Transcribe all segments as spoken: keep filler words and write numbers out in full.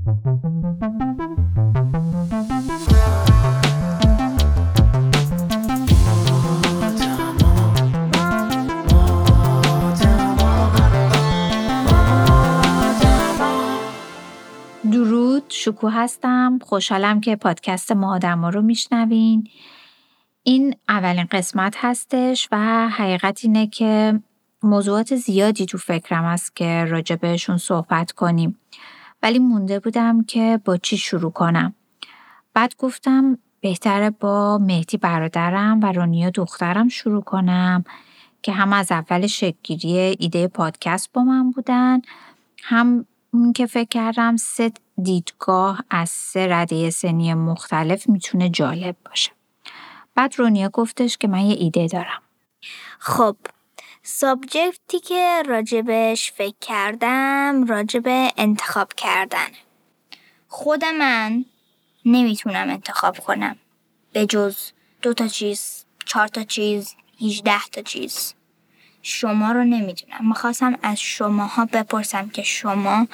درود، شکوه هستم. خوشحالم که پادکست ما آدما رو میشنوین. این اولین قسمت هستش و حقیقت اینه که موضوعات زیادی تو فکرم هست که راجع بهشون صحبت کنیم، ولی مونده بودم که با چی شروع کنم. بعد گفتم بهتره با مهدی برادرم و رونیا دخترم شروع کنم که هم از اول شکل‌گیری ایده پادکست با من بودن، هم اون که فکر کردم سه دیدگاه از سه رده سنی مختلف میتونه جالب باشه. بعد رونیا گفتش که من یه ایده دارم. خب سابجکتی که راجبش فکر کردم راجب انتخاب کردن. خود من نمیتونم انتخاب کنم به جز دو تا چیز، چهار تا چیز، هجده تا چیز. شما رو نمیدونم. میخواستم از شماها بپرسم که شما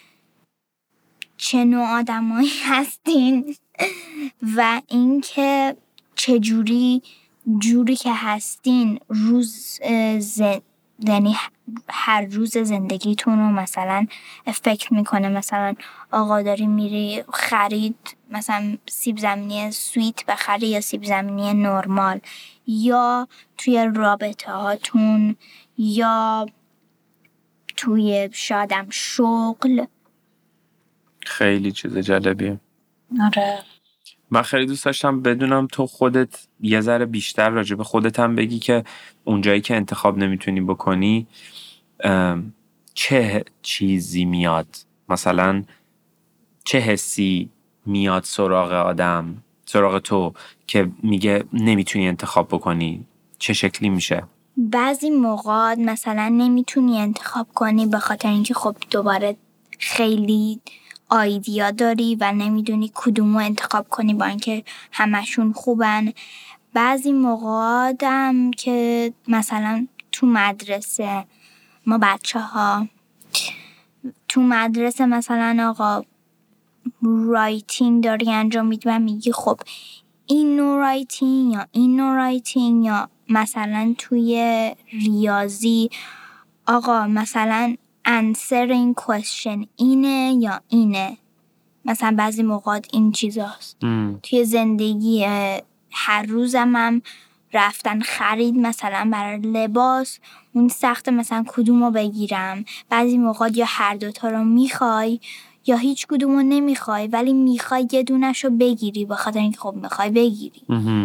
چه نوع آدمایی هستین و اینکه چجوری جوری که هستین روز زن... یعنی هر روز زندگیتون رو مثلا افکت میکنه. مثلا آقا داری میری خرید مثلا سیب زمینی سویت بخری یا سیب زمینی نرمال، یا توی رابطه هاتون، یا توی شادم شغل. خیلی چیز جالبیه. آره. من خیلی دوست داشتم بدونم تو خودت یه ذره بیشتر راجع به خودت هم بگی که اونجایی که انتخاب نمیتونی بکنی چه چیزی میاد، مثلا چه حسی میاد سراغ آدم، سراغ تو که میگه نمیتونی انتخاب بکنی، چه شکلی میشه؟ بعضی موقع مثلا نمیتونی انتخاب کنی به خاطر اینکه خب دوباره خیلی آیدیا داری و نمیدونی کدومو انتخاب کنی با اینکه همشون خوبن. بعضی موقع هم که مثلا تو مدرسه ما بچه ها تو مدرسه مثلا آقا رایتینگ داری انجام میدی و میگی خب این نوع رایتینگ یا این نوع رایتینگ، یا مثلا توی ریاضی آقا مثلا answer این question اینه یا اینه. مثلا بعضی موقعات این چیزاست. توی زندگی هر روزم هم رفتن خرید مثلا برای لباس اون سخته مثلا کدومو بگیرم. بعضی موقعات یا هر دوتا رو میخوای یا هیچ کدومو نمیخوای ولی میخوای یه دونشو بگیری بخاطر اینکه خب میخوای بگیری.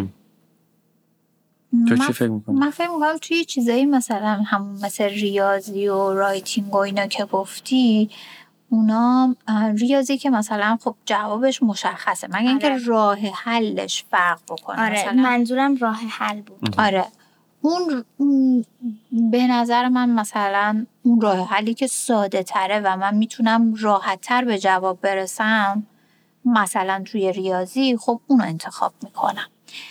تو چی فکر میکنی؟ من فکر میکنم توی چیزایی مثلا همون مثل ریاضی و رایتینگ و اینا که گفتی، اونا ریاضی که مثلا خب جوابش مشخصه مگه اینکه آره. راه حلش فرق بکنه. آره مثلا منظورم راه حل بود. آره اون, اون به نظر من مثلا اون راه حلی که ساده تره و من میتونم راحت تر به جواب برسم مثلا توی ریاضی، خب اونو انتخاب میکنم.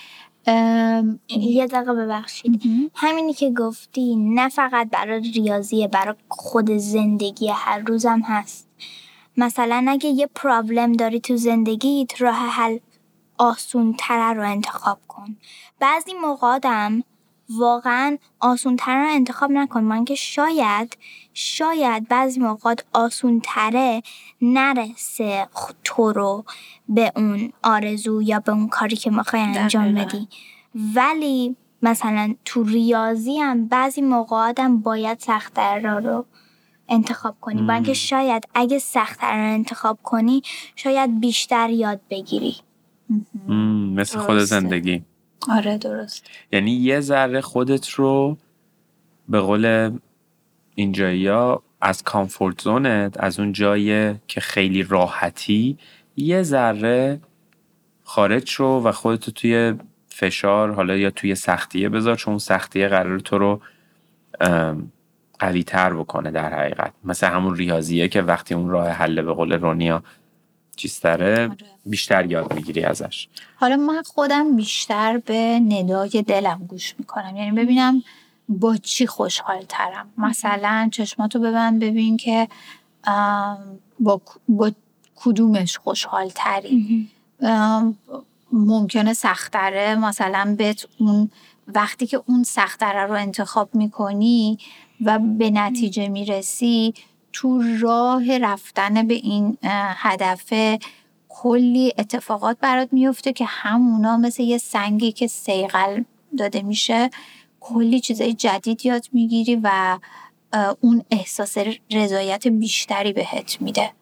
یه دقیقه ببخشید، همینی که گفتی نه فقط برای ریاضیه، برای خود زندگی هر روزم هست. مثلا اگه یه پرابلم داری تو زندگیت راه حل آسون تره رو انتخاب کن. بعضی موقعاتم واقعا آسون تره رو انتخاب نکن، من که شاید شاید بعضی موقعات آسون تره نرسه تو رو به اون آرزو یا به اون کاری که میخوای انجام بدی. ولی مثلا تو ریاضی هم بعضی موقعات هم باید سخت‌تر رو انتخاب کنی، با اینکه شاید اگه سخت‌تر رو انتخاب کنی شاید بیشتر یاد بگیری. مثل خود زندگی. آره درست. یعنی یه ذره خودت رو به قول اینجایی‌ها از کامفورت زونت، از اون جایی که خیلی راحتی، یه ذره خارج شو و خودتو توی فشار حالا یا توی سختیه بذار، چون سختیه قرار تو رو قوی تر بکنه در حقیقت. مثل همون ریاضیه که وقتی اون راه حل به قول رونیا چیزتره، آره. بیشتر یاد میگیری ازش. حالا من خودم بیشتر به ندای دلم گوش میکنم، یعنی ببینم با چی خوشحال ترم. مثلا چشماتو ببند ببین که با, با کدومش خوشحال تری. ممکنه سختره مثلا بهت اون وقتی که اون سختره رو انتخاب میکنی و به نتیجه میرسی، تو راه رفتن به این هدف کلی اتفاقات برات میفته که همونا مثل یه سنگی که صیقل داده میشه کلی چیزای جدید یاد میگیری و اون احساس رضایت بیشتری بهت میده.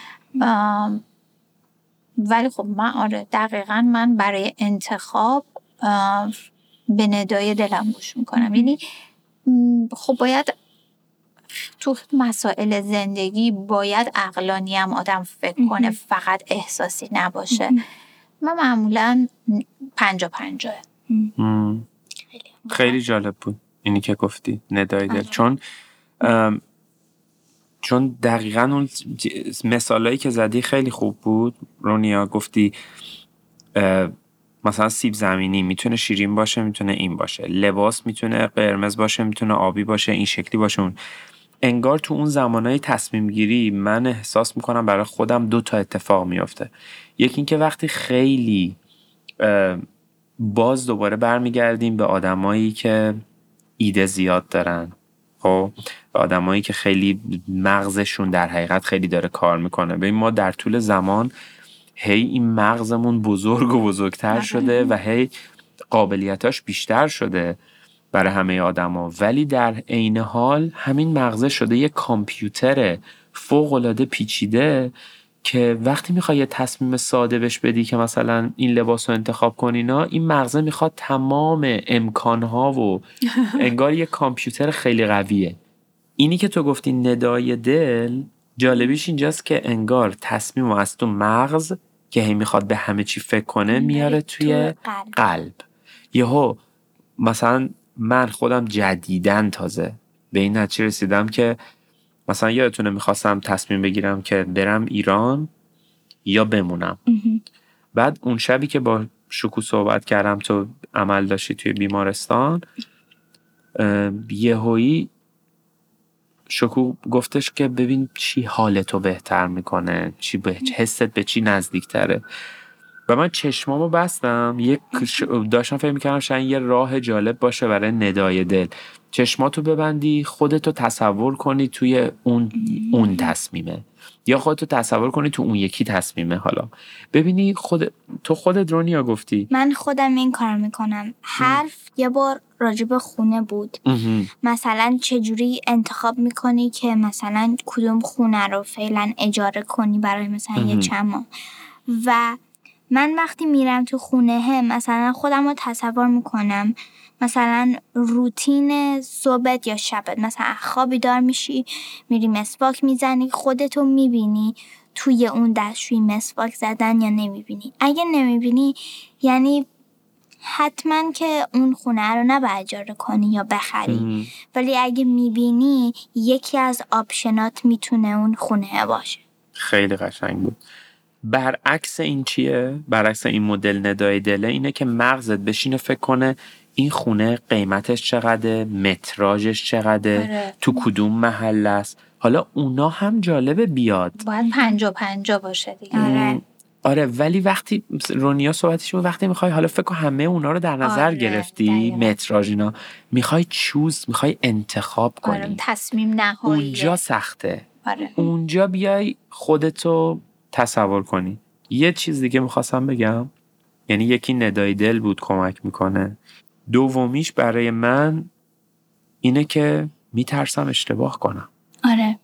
ولی خب من آره دقیقاً من برای انتخاب به ندای دلم گوش میکنم. یعنی خب باید تو مسائل زندگی باید عقلانی هم آدم فکر کنه، فقط احساسی نباشه. من معمولاً پنجا پنجاه. خیلی جالب بود اینی که گفتی ندای دل، چون چون دقیقاً اون مثالایی که زدی خیلی خوب بود. رونیا گفتی مثلا سیب زمینی میتونه شیرین باشه، میتونه این باشه، لباس میتونه قرمز باشه، میتونه آبی باشه، این شکلی باشه. اون انگار تو اون زمانهای تصمیم گیری من احساس میکنم برای خودم دو تا اتفاق میفته. یکی این که وقتی خیلی باز دوباره برمیگردیم به آدمایی که ایده زیاد دارن، خب به آدمایی که خیلی مغزشون در حقیقت خیلی داره کار میکنه. ببین ما در طول زمان هی این مغزمون بزرگ و بزرگتر شده و هی قابلیتاش بیشتر شده برای همه آدما، ولی در عین حال همین مغزه شده یه کامپیوتر فوق‌العاده پیچیده که وقتی میخوای یه تصمیم ساده بهش بدی که مثلا این لباس رو انتخاب کنینا، این مغزه میخواد تمام امکانها و انگار یه کامپیوتر خیلی قویه. اینی که تو گفتی ندای دل، جالبیش اینجاست که انگار تصمیم رو از تو مغز که هی میخواد به همه چی فکر کنه میاره توی قلب, قلب. یهو مثلا من خودم جدیدن تازه به این نتیجه رسیدم که مثلا یادتونه میخواستم تصمیم بگیرم که برم ایران یا بمونم. بعد اون شبی که با شکو صحبت کردم، تو عمل داشتی توی بیمارستان، یهویی شکو گفتش که ببین چی حالتو بهتر میکنه، چی به حست به چی نزدیکتره. و من چشمامو بستم، یک داشتم فکر میکردم شاید یه راه جالب باشه برای ندای دل. چشماتو ببندی، خودتو تصور کنی توی اون اون تصمیمه، یا خودتو تصور کنی تو اون یکی تصمیمه. حالا ببینی خود تو خودت رونیا گفتی من خودم این کار میکنم. حرف یه بار راجب خونه بود. مثلا چجوری انتخاب میکنی که مثلا کدوم خونه رو فعلا اجاره کنی برای مثلا یه چند ماه. و من وقتی میرم تو خونه هم مثلا خودم رو تصور میکنم، مثلا روتین صبحت یا شبت، مثلا خوابی دار میشی میری مسواک میزنی، خودتو میبینی توی اون دستشویی مسواک زدن یا نمیبینی. اگه نمیبینی یعنی حتما که اون خونه رو نباید اجاره کنی یا بخری ام. ولی اگه میبینی یکی از آپشنات میتونه اون خونه باشه. خیلی قشنگ بود. برعکس این چیه؟ برعکس این مدل ندای دله اینه که مغزت بشینه فکر کنه این خونه قیمتش چقدره، متراژش چقدره، آره. تو کدوم محله است. حالا اونا هم جالبه بیاد، باید پنجا پنجا باشه دیگه. آره. آره ولی وقتی رونیا صحبتش بود، وقتی میخوای حالا فکر کن همه اونا رو در نظر آره. گرفتی، متراژ اینا، میخوای چوز، میخوای انتخاب کنی. آره. تصمیم نهایی اونجا سخته. آره. اونجا بیای خودتو تصور کنی. یه چیز دیگه میخواستم بگم، یعنی یکی ندای دل بود کمک میکنه، دومیش برای من اینه که میترسم اشتباه کنم. آره.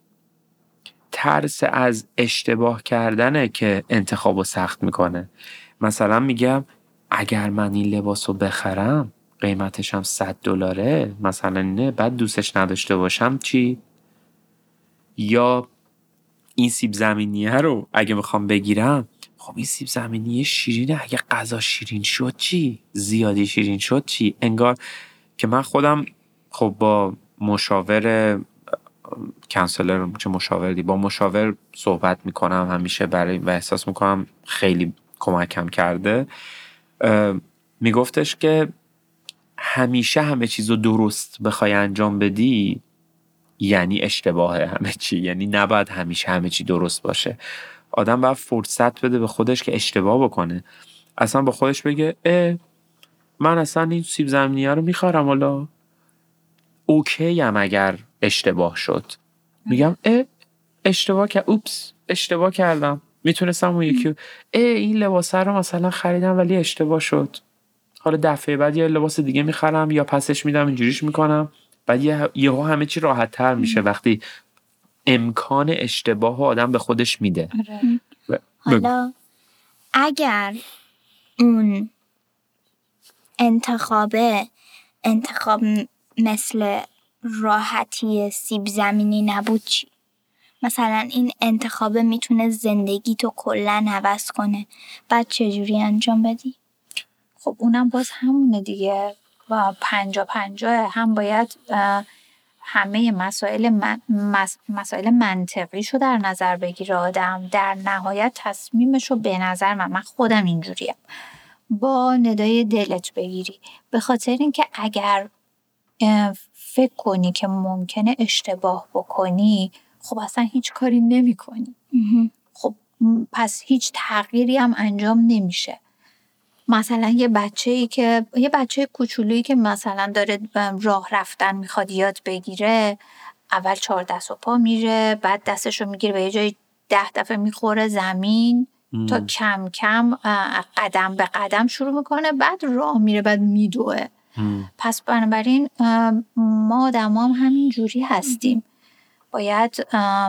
ترس از اشتباه کردنه که انتخابو سخت میکنه. مثلا میگم اگر من این لباسو بخرم قیمتش هم صد دلاره مثلا، نه بعد دوستش نداشته باشم چی؟ یا این سیب زمینیه رو اگه میخوام بگیرم، خب این سیب زمینیه شیرینه، اگه غذا شیرین شد چی؟ زیادی شیرین شد چی؟ انگار که من خودم خب با مشاور کانسلر، چه مشاوری، با مشاور صحبت میکنم همیشه برای و احساس میکنم خیلی کمکم کرده. میگفتش که همیشه همه چیزو درست بخوای انجام بدی یعنی اشتباهه همه چی، یعنی نباید همیشه همه چی درست باشه. آدم باید فرصت بده به خودش که اشتباه بکنه. اصلا با خودش بگه اه من اصلا این سیب زمینی ها رو میخورم، حالا اوکی هم اگر اشتباه شد. میگم اه اشتباه کرد، اوپس اشتباه کردم، میتونستم اون یکی اه این لباسه رو مثلا خریدم ولی اشتباه شد، حالا دفعه بعد یه لباس دیگه میخرم یا پسش میدم اینجوریش میکنم. بعد یه یهو همه چی راحت تر میشه وقتی امکان اشتباه آدم به خودش میده. آره. حالا اگر اون انتخابه انتخاب مثل راحتی سیب زمینی نبود چی؟ مثلا این انتخابه میتونه زندگی تو کلن عوض کنه، بعد چجوری انجام بدی؟ خب اونم باز همونه دیگه و پنجا پنجاه، هم باید همه مسائل من، مس، مسائل منطقیشو در نظر بگیره آدم، در نهایت تصمیمشو به نظر من من خودم اینجوریم با ندای دلت بگیری، به خاطر اینکه اگر فکر کنی که ممکنه اشتباه بکنی خب اصلا هیچ کاری نمی کنی. خب پس هیچ تغییری هم انجام نمیشه. مثلا یه بچه‌ای که یه بچه کوچولویی که مثلا داره راه رفتن میخواد یاد بگیره، اول چهار دست و پا میره، بعد دستشو میگیره به یه جای ده دفعه میخوره زمین ام. تا کم کم قدم به قدم شروع میکنه، بعد راه میره، بعد میدوه. پس بنابراین ما آدم هم همین جوری هستیم. باید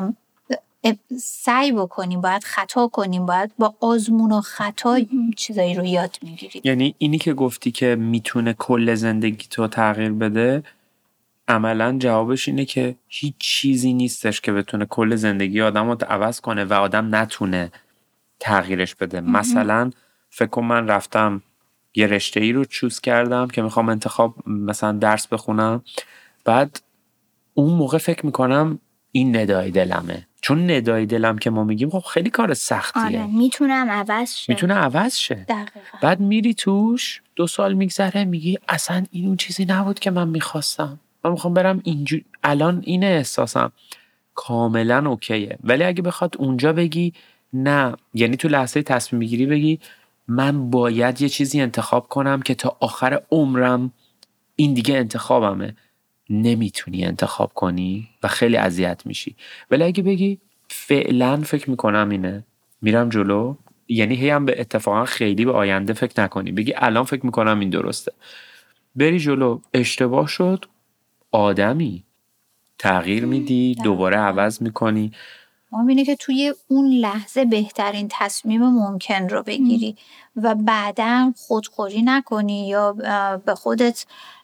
سعی بکنیم، باید خطا کنیم، باید با آزمون و خطا چیزایی رو یاد میگیریم. یعنی اینی که گفتی که میتونه کل زندگی تو تغییر بده، عملاً جوابش اینه که هیچ چیزی نیستش که بتونه کل زندگی آدم رو عوض کنه و آدم نتونه تغییرش بده. مثلا فکر کنم من رفتم یه رشته ای رو چوز کردم که میخوام انتخاب مثلا درس بخونم، بعد اون موقع فکر میکنم این ندای دلمه، چون ندای دلم که ما میگیم خب خیلی کار سختیه. آره میتونم عوض شه میتونه عوض شه. دقیقا. بعد میری توش، دو سال میگذره میگی اصلا این اون چیزی نبود که من میخواستم، من میخوام برم اینجور، الان اینه احساسم، کاملا اوکیه. ولی اگه بخواد اونجا بگی نه، یعنی تو لحظه تصمیم میگیری بگی من باید یه چیزی انتخاب کنم که تا آخر عمرم این دیگه انتخابمه، نمیتونی انتخاب کنی و خیلی اذیت میشی. ولی اگه بگی فعلا فکر میکنم اینه، میرم جلو، یعنی هی هم به اتفاقا خیلی به آینده فکر نکنی، بگی الان فکر میکنم این درسته، بری جلو، اشتباه شد، آدمی تغییر میدی، دوباره عوض میکنی. مهم اینه که توی اون لحظه بهترین تصمیم ممکن رو بگیری و بعداً خودخوری نکنی یا به خودت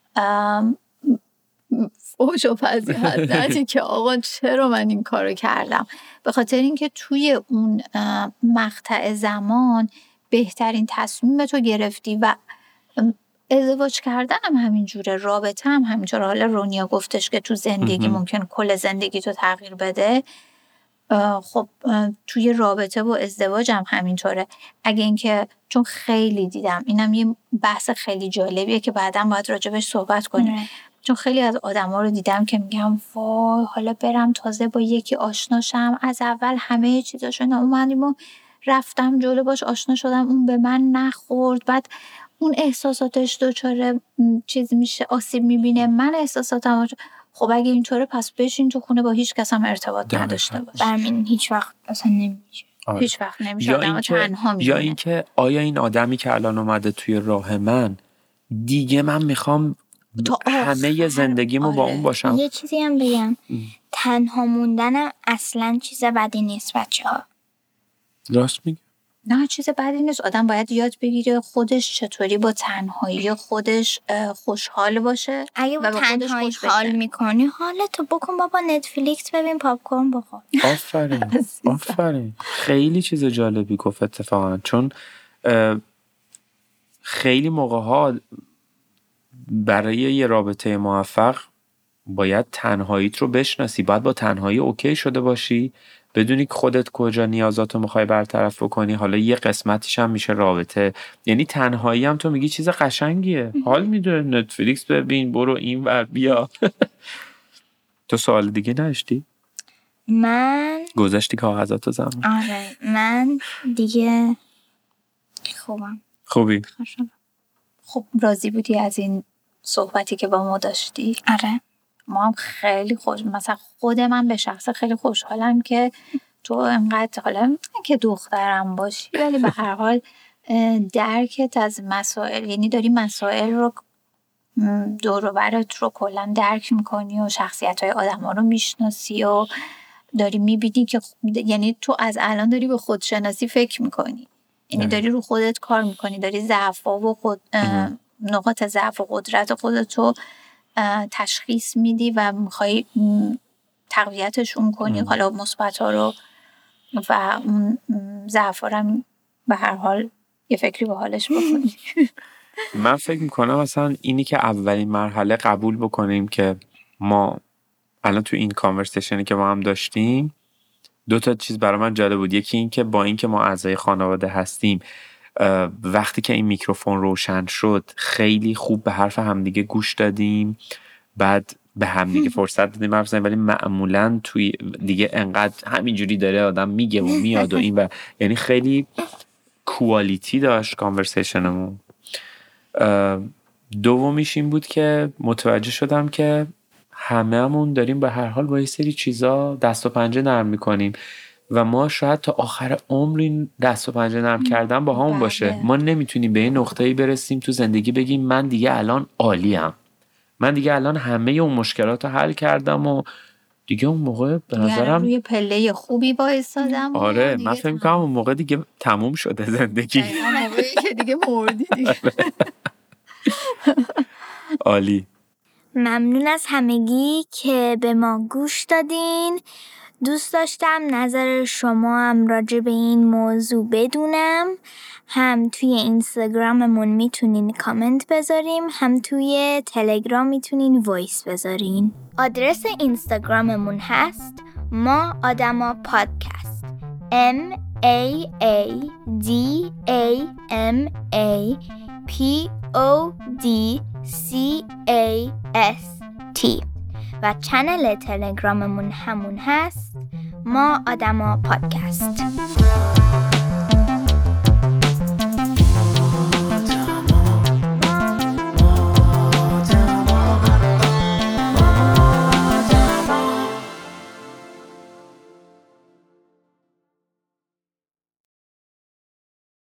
فوش و فضیحت ندی که آقا چرا من این کارو کردم، به خاطر اینکه توی اون مقطع زمان بهترین تصمیم تو گرفتی. و ازدواج کردن هم همینجوره، رابطه هم همینجوره. حالا رونیا گفتش که تو زندگی ممکن کل زندگی تو تغییر بده، خب توی رابطه و ازدواج هم همینطوره. اگه اینکه چون خیلی دیدم، اینم یه بحث خیلی جالبیه که بعداً باید راجبش صحبت کنیم، چون خیلی از آدما رو دیدم که میگم وای حالا برم تازه با یکی آشنا شم، از اول همه چیزاشو اومدیم و رفتم جلو باش آشنا شدم، اون به من نخورد، بعد اون احساساتش دوچاره چیز میشه، آسیب میبینه، من احساساتم. خب اگه اینطوره پس بشین تو خونه با هیچ کس هم ارتباط نداشته باش. برمین هیچ وقت اصلا نمیشه. آره. هیچ وقت نمیشه. یا آدم تنها میمونه. یا اینکه آیا این آدمی که الان اومده توی راه من دیگه من میخوام همه زندگیمو آره. با اون باشم. یه چیزی هم بگم، تنها موندنم اصلا چیز بدی نیست بچه‌ها. راست میگی؟ نه چیز بدی نیست. آدم باید یاد بگیره خودش چطوری با تنهایی خودش خوشحال باشه. اگه با تنهایی حال میکنی حالتو بکن بابا، نتفلیکس ببین، پاپ کورن بخور. آفرین آفرین. خیلی چیز جالبی گفت اتفاقا، چون خیلی موقع ها برای یه رابطه موفق باید تنهاییت رو بشناسی، باید با تنهایی اوکی شده باشی، بدونی که خودت کجا نیازاتو میخوای برطرف بکنی. حالا یه قسمتیش هم میشه رابطه، یعنی تنهایی هم تو میگی چیز قشنگیه، حال میده، نتفلیکس ببین، برو این ور بیا. تو سوال دیگه نشتی؟ من گذاشتی کاغذاتو زمین؟ آره من دیگه خوبم. خوبی؟ خوشم. خب راضی بودی از این صحبتی که با ما داشتی؟ آره ما هم خیلی خوش، مثلا خود من به شخص خیلی خوشحالم که تو انقدر، حالا نه که دخترم باشی ولی به هر حال درکت از مسائل، یعنی داری مسائل رو دور و برت رو کلا درک میکنی و شخصیت های آدم ها رو میشناسی و داری میبینی که یعنی تو از الان داری به خودشناسی فکر میکنی، یعنی داری رو خودت کار میکنی، داری ضعف‌ها و خود نقاط ضعف و قدرت خودتو تشخیص میدی و میخوای تقویتشون کنی، حالا مثبت‌ها رو و اون ضعف‌ها رو به هر حال یه فکری به حالش بکنی. من فکر میکنم مثلا اینی که اولین مرحله قبول بکنیم که ما الان تو این کانورسیشنی که ما هم داشتیم دو تا چیز برای من جالب بود. یکی این که با این که ما اعضای خانواده هستیم، وقتی که این میکروفون روشن شد خیلی خوب به حرف همدیگه گوش دادیم، بعد به همدیگه فرصت دادیم حرف بزنیم، ولی معمولا توی دیگه انقدر همینجوری داره آدم میگه و میاد و این و یعنی خیلی کوالیتی داشت کانورسیشنمون. دومیش این بود که متوجه شدم که همه‌مون داریم به هر حال با یه سری چیزا دست و پنجه نرم میکنیم و ما شاید تا آخر عمر این دست و پنجه نرم کردن با همون باشه. ما نمیتونیم به این نقطه‌ای برسیم تو زندگی بگیم من دیگه الان عالیم، من دیگه الان همه اون مشکلات رو حل کردم و دیگه اون موقع به نظرم روی پله خوبی وایسادم. آره من فکر می‌کنم اون موقع دیگه تموم شده زندگی، اون موقعی که دیگه مردی دیگه. عالی. ممنون از همگی که به ما گوش دادین. دوست داشتم نظر شما هم راجع به این موضوع بدونم. هم توی اینستاگراممون میتونین کامنت بذاریم، هم توی تلگرام میتونین وایس بذارین. آدرس اینستاگراممون هست ما آدما پادکست M A A D A M A P O D C A S T و چنل تلگراممون همون هست ما آدما پادکست.